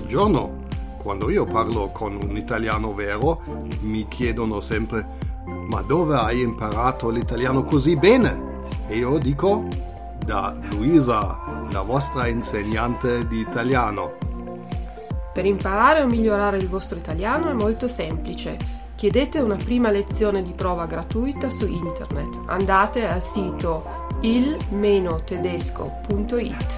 Buongiorno. Quando io parlo con un italiano vero, mi chiedono sempre: ma dove hai imparato l'italiano così bene? E io dico: da Luisa, la vostra insegnante di italiano. Per imparare o migliorare il vostro italiano è molto semplice. Chiedete una prima lezione di prova gratuita su internet. Andate al sito il-tedesco.it.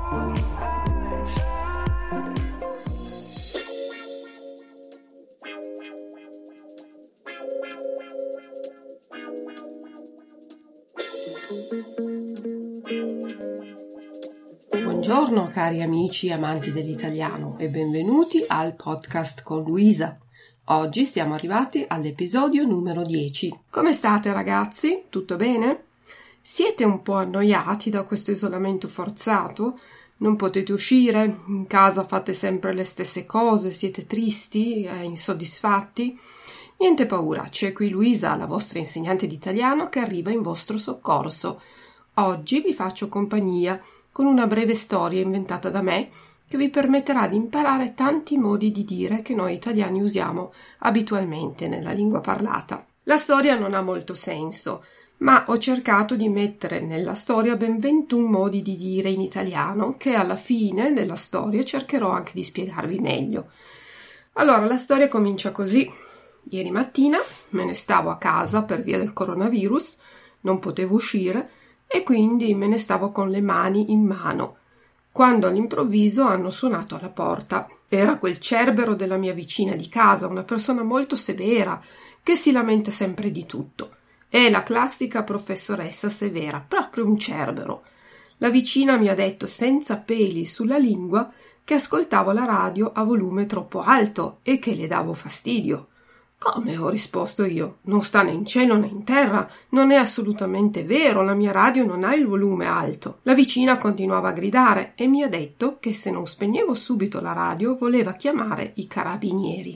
Buongiorno cari amici e amanti dell'italiano e benvenuti al podcast con Luisa. Oggi siamo arrivati all'episodio numero 10. Come state ragazzi? Tutto bene? Siete un po' annoiati da questo isolamento forzato? Non potete uscire? In casa fate sempre le stesse cose? Siete tristi e insoddisfatti? Niente paura, c'è qui Luisa, la vostra insegnante di italiano, che arriva in vostro soccorso. Oggi vi faccio compagnia con una breve storia inventata da me che vi permetterà di imparare tanti modi di dire che noi italiani usiamo abitualmente nella lingua parlata. La storia non ha molto senso, ma ho cercato di mettere nella storia ben 21 modi di dire in italiano che alla fine della storia cercherò anche di spiegarvi meglio. Allora, la storia comincia così. Ieri mattina me ne stavo a casa per via del coronavirus, non potevo uscire e quindi me ne stavo con le mani in mano, quando all'improvviso hanno suonato alla porta. Era quel cerbero della mia vicina di casa, una persona molto severa, che si lamenta sempre di tutto. È la classica professoressa severa, proprio un cerbero. La vicina mi ha detto senza peli sulla lingua che ascoltavo la radio a volume troppo alto e che le davo fastidio. Come? Ho risposto io. Non sta né in cielo né in terra, non è assolutamente vero, la mia radio non ha il volume alto. La vicina continuava a gridare e mi ha detto che se non spegnevo subito la radio voleva chiamare i carabinieri.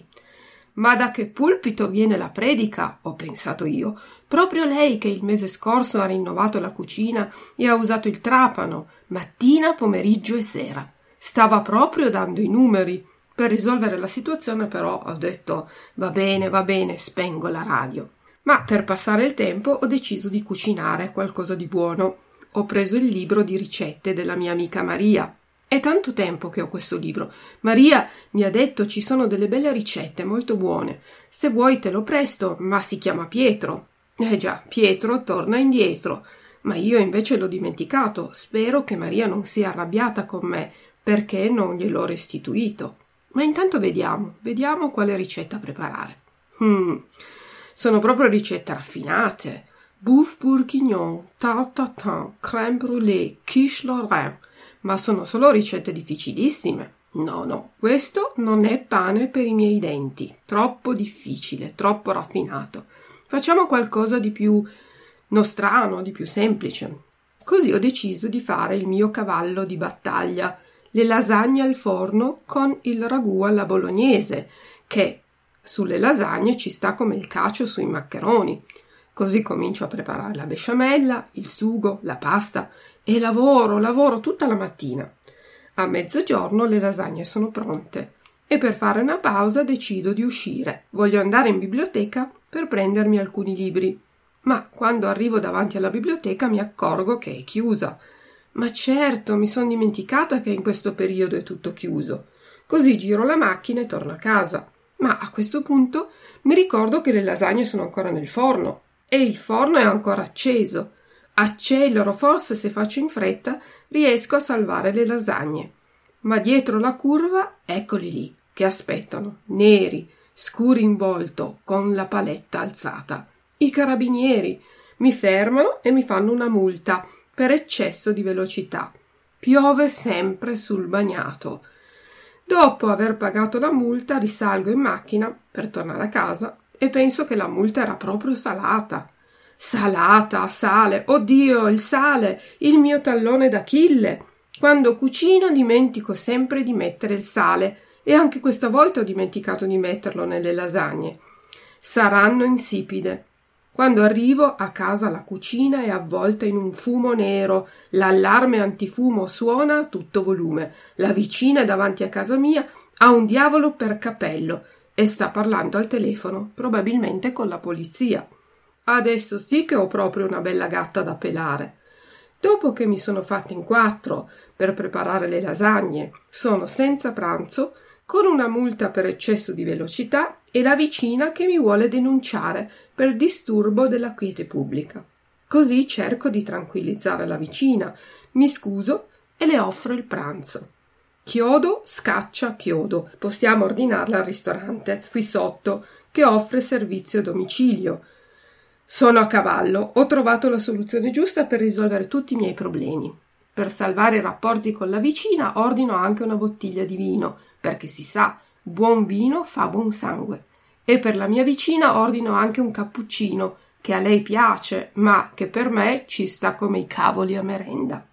Ma da che pulpito viene la predica? Ho pensato io. Proprio lei che il mese scorso ha rinnovato la cucina e ha usato il trapano, mattina, pomeriggio e sera. Stava proprio dando i numeri. Per risolvere la situazione però ho detto va bene, spengo la radio. Ma per passare il tempo ho deciso di cucinare qualcosa di buono. Ho preso il libro di ricette della mia amica Maria. È tanto tempo che ho questo libro. Maria mi ha detto ci sono delle belle ricette molto buone. Se vuoi te lo presto, ma si chiama Pietro. Già, Pietro torna indietro. Ma io invece l'ho dimenticato. Spero che Maria non sia arrabbiata con me perché non gliel'ho restituito. Ma intanto vediamo quale ricetta preparare. Sono proprio ricette raffinate. Boeuf bourguignon, tarte tatin, crème brûlée, quiche lorraine. Ma sono solo ricette difficilissime. No, questo non è pane per i miei denti. Troppo difficile, troppo raffinato. Facciamo qualcosa di più nostrano, di più semplice. Così ho deciso di fare il mio cavallo di battaglia, le lasagne al forno con il ragù alla bolognese, che sulle lasagne ci sta come il cacio sui maccheroni. Così comincio a preparare la besciamella, il sugo, la pasta e lavoro tutta la mattina. A mezzogiorno le lasagne sono pronte e per fare una pausa decido di uscire. Voglio andare in biblioteca per prendermi alcuni libri, ma quando arrivo davanti alla biblioteca mi accorgo che è chiusa. Ma certo, mi sono dimenticata che in questo periodo è tutto chiuso. Così giro la macchina e torno a casa. Ma a questo punto mi ricordo che le lasagne sono ancora nel forno e il forno è ancora acceso. Accelero, forse se faccio in fretta riesco a salvare le lasagne. Ma dietro la curva, eccoli lì, che aspettano, neri, scuri in volto, con la paletta alzata. I carabinieri mi fermano e mi fanno una multa per eccesso di velocità. Piove sempre sul bagnato. Dopo aver pagato la multa risalgo in macchina per tornare a casa e penso che la multa era proprio salata. Salata, sale, oddio, il sale, il mio tallone d'Achille. Quando cucino dimentico sempre di mettere il sale e anche questa volta ho dimenticato di metterlo nelle lasagne. Saranno insipide. Quando arrivo a casa la cucina è avvolta in un fumo nero, l'allarme antifumo suona a tutto volume, la vicina davanti a casa mia Ha un diavolo per capello e sta parlando al telefono, probabilmente con la polizia. Adesso sì che ho proprio una bella gatta da pelare. Dopo che mi sono fatta in 4 per preparare le lasagne, sono senza pranzo, con una multa per eccesso di velocità e la vicina che mi vuole denunciare per disturbo della quiete pubblica. Così cerco di tranquillizzare la vicina, mi scuso e le offro il pranzo. Chiodo scaccia chiodo. Possiamo ordinarla al ristorante qui sotto, che offre servizio a domicilio. Sono a cavallo, ho trovato la soluzione giusta per risolvere tutti i miei problemi. Per salvare i rapporti con la vicina ordino anche una bottiglia di vino, perché si sa, buon vino fa buon sangue. E per la mia vicina ordino anche un cappuccino, che a lei piace, ma che per me ci sta come i cavoli a merenda.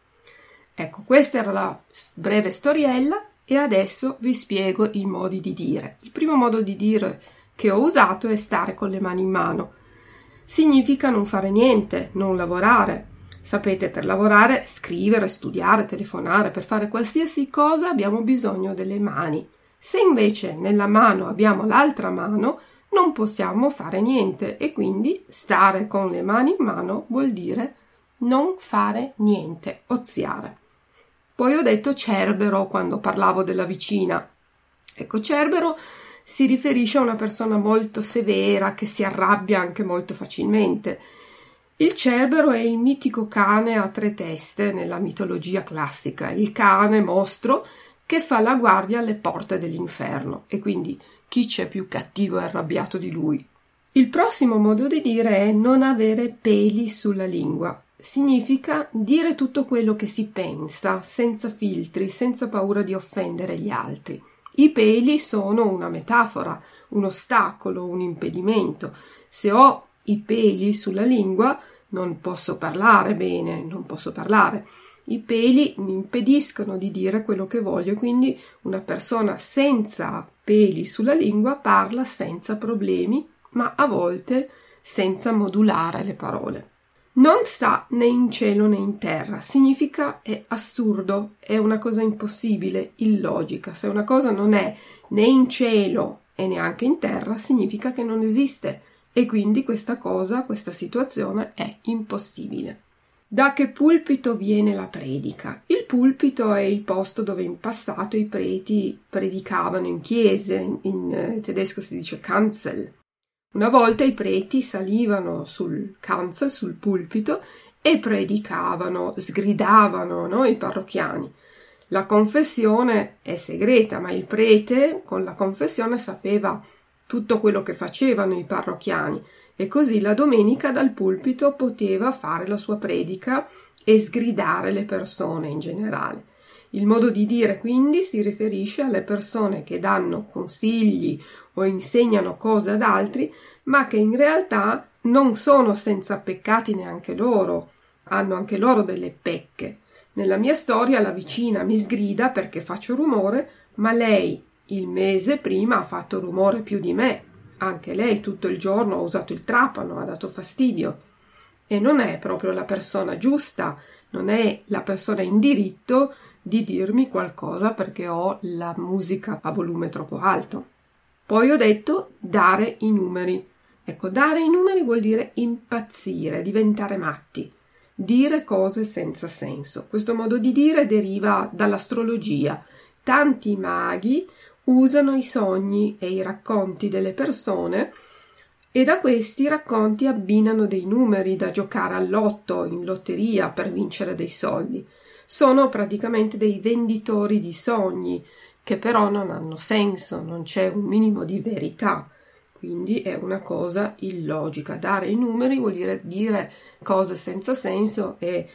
Ecco, questa era la breve storiella e adesso vi spiego i modi di dire. Il primo modo di dire che ho usato è stare con le mani in mano. Significa non fare niente, non lavorare. Sapete, per lavorare, scrivere, studiare, telefonare, per fare qualsiasi cosa abbiamo bisogno delle mani. Se invece nella mano abbiamo l'altra mano, non possiamo fare niente e quindi stare con le mani in mano vuol dire non fare niente, oziare. Poi ho detto cerbero quando parlavo della vicina. Ecco, cerbero si riferisce a una persona molto severa che si arrabbia anche molto facilmente. Il cerbero è il mitico cane a 3 teste nella mitologia classica, il cane mostro che fa la guardia alle porte dell'inferno e quindi chi c'è più cattivo e arrabbiato di lui. Il prossimo modo di dire è non avere peli sulla lingua. Significa dire tutto quello che si pensa, senza filtri, senza paura di offendere gli altri. I peli sono una metafora, un ostacolo, un impedimento. Se ho i peli sulla lingua non posso parlare bene, non posso parlare. I peli mi impediscono di dire quello che voglio, quindi una persona senza peli sulla lingua parla senza problemi, ma a volte senza modulare le parole. Non sta né in cielo né in terra, significa è assurdo, è una cosa impossibile, illogica. Se una cosa non è né in cielo e neanche in terra, significa che non esiste e quindi questa cosa, questa situazione è impossibile. Da che pulpito viene la predica? Il pulpito è il posto dove in passato i preti predicavano in chiese, in tedesco si dice Kanzel. Una volta i preti salivano sul Kanzel, sul pulpito, e predicavano, sgridavano, no, i parrocchiani. La confessione è segreta, ma il prete con la confessione sapeva tutto quello che facevano i parrocchiani e così la domenica dal pulpito poteva fare la sua predica e sgridare le persone in generale. Il modo di dire quindi si riferisce alle persone che danno consigli o insegnano cose ad altri, ma che in realtà non sono senza peccati neanche loro, hanno anche loro delle pecche. Nella mia storia la vicina mi sgrida perché faccio rumore, ma lei il mese prima ha fatto rumore più di me. Anche lei tutto il giorno ha usato il trapano, ha dato fastidio. E non è proprio la persona giusta, non è la persona in diritto di dirmi qualcosa perché ho la musica a volume troppo alto. Poi ho detto dare i numeri. Ecco, dare i numeri vuol dire impazzire, diventare matti, dire cose senza senso. Questo modo di dire deriva dall'astrologia. Tanti maghi usano i sogni e i racconti delle persone e da questi racconti abbinano dei numeri da giocare al lotto, in lotteria per vincere dei soldi. Sono praticamente dei venditori di sogni che però non hanno senso, non c'è un minimo di verità, quindi è una cosa illogica. Dare i numeri vuol dire cose senza senso e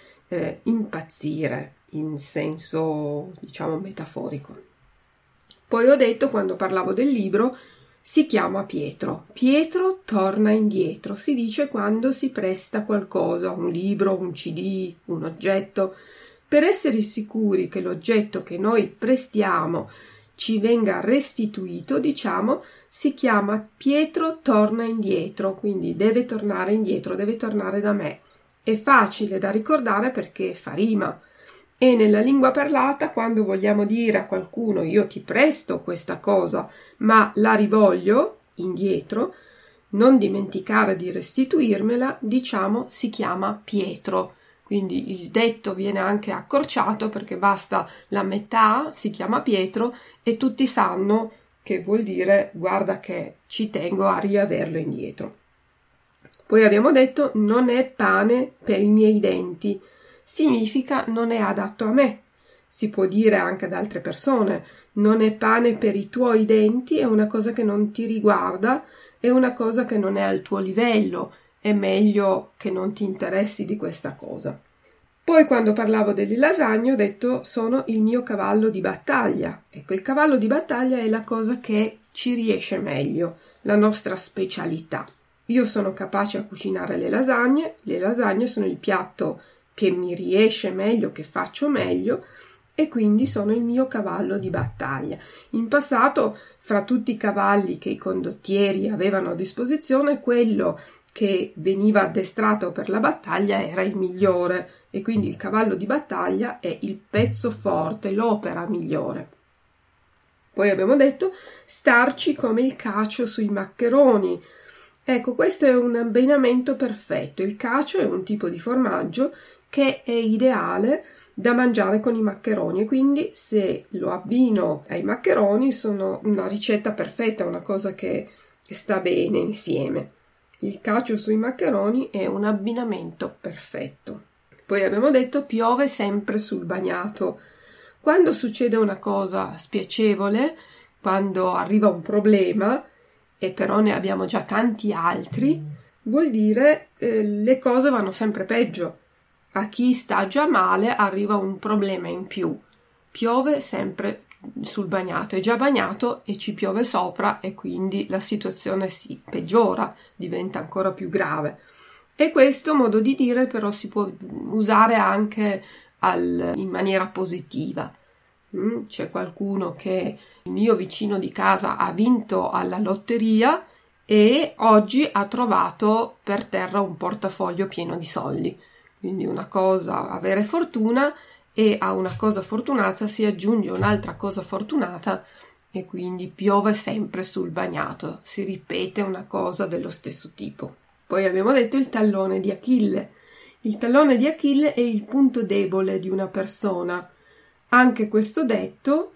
impazzire in senso, diciamo, metaforico. Poi ho detto, quando parlavo del libro, si chiama Pietro. Pietro torna indietro, si dice quando si presta qualcosa, un libro, un CD, un oggetto. Per essere sicuri che l'oggetto che noi prestiamo ci venga restituito, diciamo, si chiama Pietro torna indietro, quindi deve tornare indietro, deve tornare da me. È facile da ricordare perché fa rima E nella lingua parlata, quando vogliamo dire a qualcuno io ti presto questa cosa, ma la rivoglio indietro, non dimenticare di restituirmela, diciamo si chiama Pietro. Quindi il detto viene anche accorciato perché basta la metà, si chiama Pietro, e tutti sanno che vuol dire guarda che ci tengo a riaverlo indietro. Poi abbiamo detto non è pane per i miei denti, significa non è adatto a me. Si può dire anche ad altre persone, non è pane per i tuoi denti, è una cosa che non ti riguarda, è una cosa che non è al tuo livello, è meglio che non ti interessi di questa cosa. Poi quando parlavo delle lasagne ho detto sono il mio cavallo di battaglia. Ecco, il cavallo di battaglia è la cosa che ci riesce meglio, la nostra specialità. Io sono capace a cucinare le lasagne sono il piatto che mi riesce meglio, che faccio meglio, e quindi sono il mio cavallo di battaglia. In passato, fra tutti i cavalli che i condottieri avevano a disposizione, quello che veniva addestrato per la battaglia era il migliore, e quindi il cavallo di battaglia è il pezzo forte, l'opera migliore. Poi abbiamo detto starci come il cacio sui maccheroni. Ecco, questo è un abbinamento perfetto. Il cacio è un tipo di formaggio che è ideale da mangiare con i maccheroni, e quindi se lo abbino ai maccheroni sono una ricetta perfetta, una cosa che sta bene insieme. Il cacio sui maccheroni è un abbinamento perfetto. Poi abbiamo detto piove sempre sul bagnato. Quando succede una cosa spiacevole, quando arriva un problema, e però ne abbiamo già tanti altri, vuol dire le cose vanno sempre peggio. A chi sta già male arriva un problema in più. Piove sempre sul bagnato, è già bagnato e ci piove sopra, e quindi la situazione si peggiora, diventa ancora più grave. E questo modo di dire però si può usare anche in maniera positiva. C'è qualcuno che il mio vicino di casa ha vinto alla lotteria e oggi ha trovato per terra un portafoglio pieno di soldi. Quindi una cosa, avere fortuna, e a una cosa fortunata si aggiunge un'altra cosa fortunata, e quindi piove sempre sul bagnato, si ripete una cosa dello stesso tipo. Poi abbiamo detto il tallone di Achille. Il tallone di Achille è il punto debole di una persona. Anche questo detto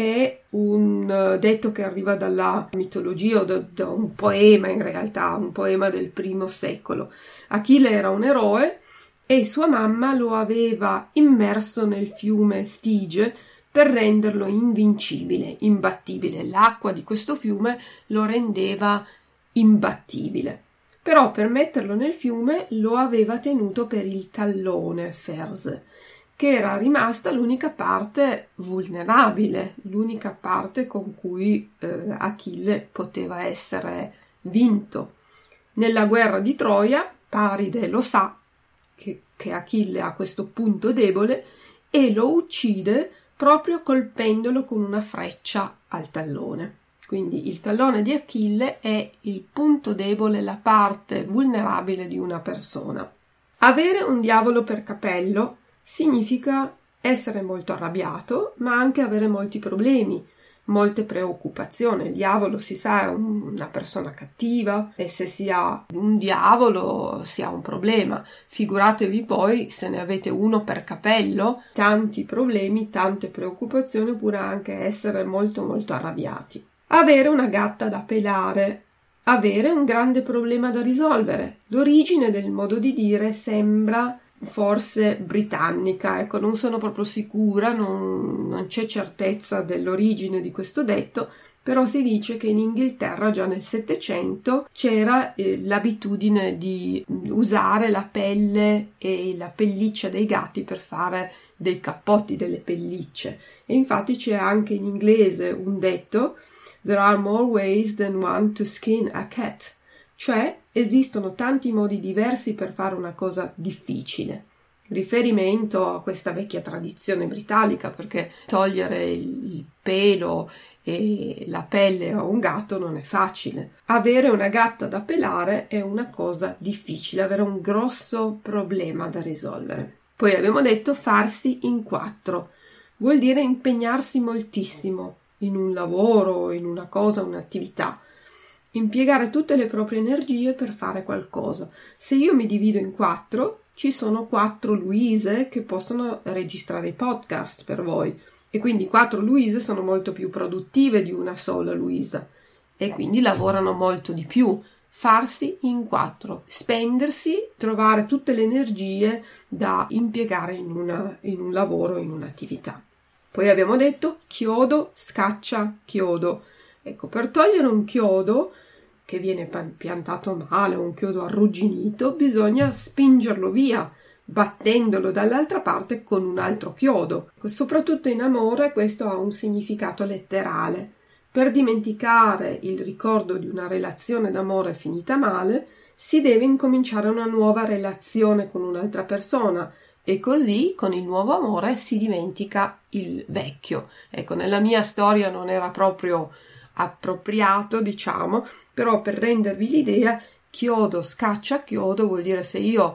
è un detto che arriva dalla mitologia o da un poema, in realtà, un poema del I secolo. Achille era un eroe e sua mamma lo aveva immerso nel fiume Stige per renderlo invincibile, imbattibile. L'acqua di questo fiume lo rendeva imbattibile. Però per metterlo nel fiume lo aveva tenuto per il tallone, fers, che era rimasta l'unica parte vulnerabile, l'unica parte con cui Achille poteva essere vinto. Nella guerra di Troia, Paride lo sa che Achille ha questo punto debole e lo uccide proprio colpendolo con una freccia al tallone. Quindi il tallone di Achille è il punto debole, la parte vulnerabile di una persona. Avere un diavolo per capello significa essere molto arrabbiato, ma anche avere molti problemi, molte preoccupazioni. Il diavolo, si sa, è una persona cattiva, e se si ha un diavolo si ha un problema. Figuratevi poi se ne avete uno per capello, tanti problemi, tante preoccupazioni, oppure anche essere molto molto arrabbiati. Avere una gatta da pelare. Avere un grande problema da risolvere. L'origine del modo di dire sembra forse britannica, ecco, non sono proprio sicura, non c'è certezza dell'origine di questo detto, però si dice che in Inghilterra già nel Settecento c'era l'abitudine di usare la pelle e la pelliccia dei gatti per fare dei cappotti, delle pellicce, e infatti c'è anche in inglese un detto: there are more ways than one to skin a cat. Cioè esistono tanti modi diversi per fare una cosa difficile. Riferimento a questa vecchia tradizione britannica, perché togliere il pelo e la pelle a un gatto non è facile. Avere una gatta da pelare è una cosa difficile, avere un grosso problema da risolvere. Poi abbiamo detto farsi in 4. Vuol dire impegnarsi moltissimo in un lavoro, in una cosa, un'attività. Impiegare tutte le proprie energie per fare qualcosa. Se io mi divido in 4, ci sono 4 Luise che possono registrare i podcast per voi. E quindi 4 Luise sono molto più produttive di una sola Luisa. E quindi lavorano molto di più. Farsi in 4, spendersi, trovare tutte le energie da impiegare in un lavoro, in un'attività. Poi abbiamo detto chiodo, scaccia, chiodo. Ecco, per togliere un chiodo che viene piantato male, un chiodo arrugginito, bisogna spingerlo via, battendolo dall'altra parte con un altro chiodo. Soprattutto in amore questo ha un significato letterale. Per dimenticare il ricordo di una relazione d'amore finita male, si deve incominciare una nuova relazione con un'altra persona e così con il nuovo amore si dimentica il vecchio. Ecco, nella mia storia non era proprio appropriato, diciamo, però per rendervi l'idea, chiodo scaccia chiodo vuol dire se io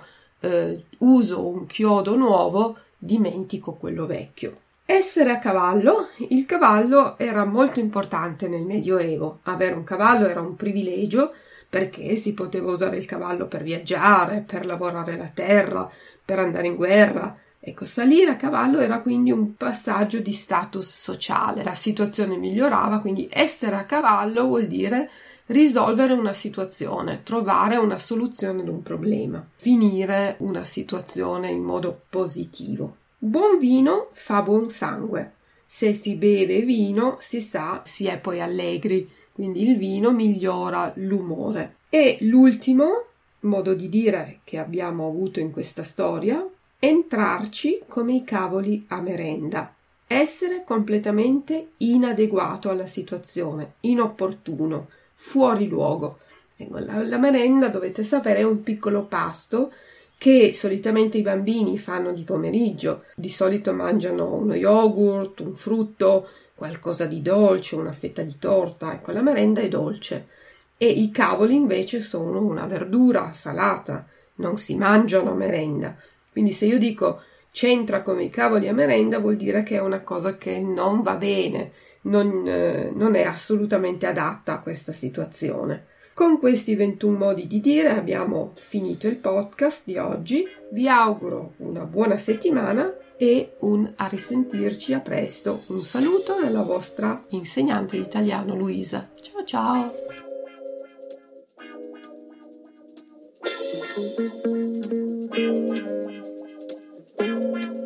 uso un chiodo nuovo, dimentico quello vecchio. Essere a cavallo. Il cavallo era molto importante nel Medioevo. Avere un cavallo era un privilegio perché si poteva usare il cavallo per viaggiare, per lavorare la terra, per andare in guerra. Ecco, salire a cavallo era quindi un passaggio di status sociale. La situazione migliorava, quindi essere a cavallo vuol dire risolvere una situazione, trovare una soluzione ad un problema, finire una situazione in modo positivo. Buon vino fa buon sangue. Se si beve vino, si sa, si è poi allegri, quindi il vino migliora l'umore. E l'ultimo modo di dire che abbiamo avuto in questa storia, entrarci come i cavoli a merenda. Essere completamente inadeguato alla situazione, inopportuno, fuori luogo. La merenda, dovete sapere, è un piccolo pasto che solitamente i bambini fanno di pomeriggio. Di solito mangiano uno yogurt, un frutto, qualcosa di dolce, una fetta di torta. Ecco, la merenda è dolce. E i cavoli invece sono una verdura salata, non si mangiano a merenda. Quindi se io dico c'entra come i cavoli a merenda vuol dire che è una cosa che non va bene, non è assolutamente adatta a questa situazione. Con questi 21 modi di dire abbiamo finito il podcast di oggi. Vi auguro una buona settimana e a risentirci a presto. Un saluto dalla vostra insegnante di italiano Luisa. Ciao ciao!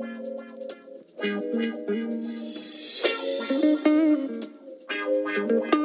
Thank you.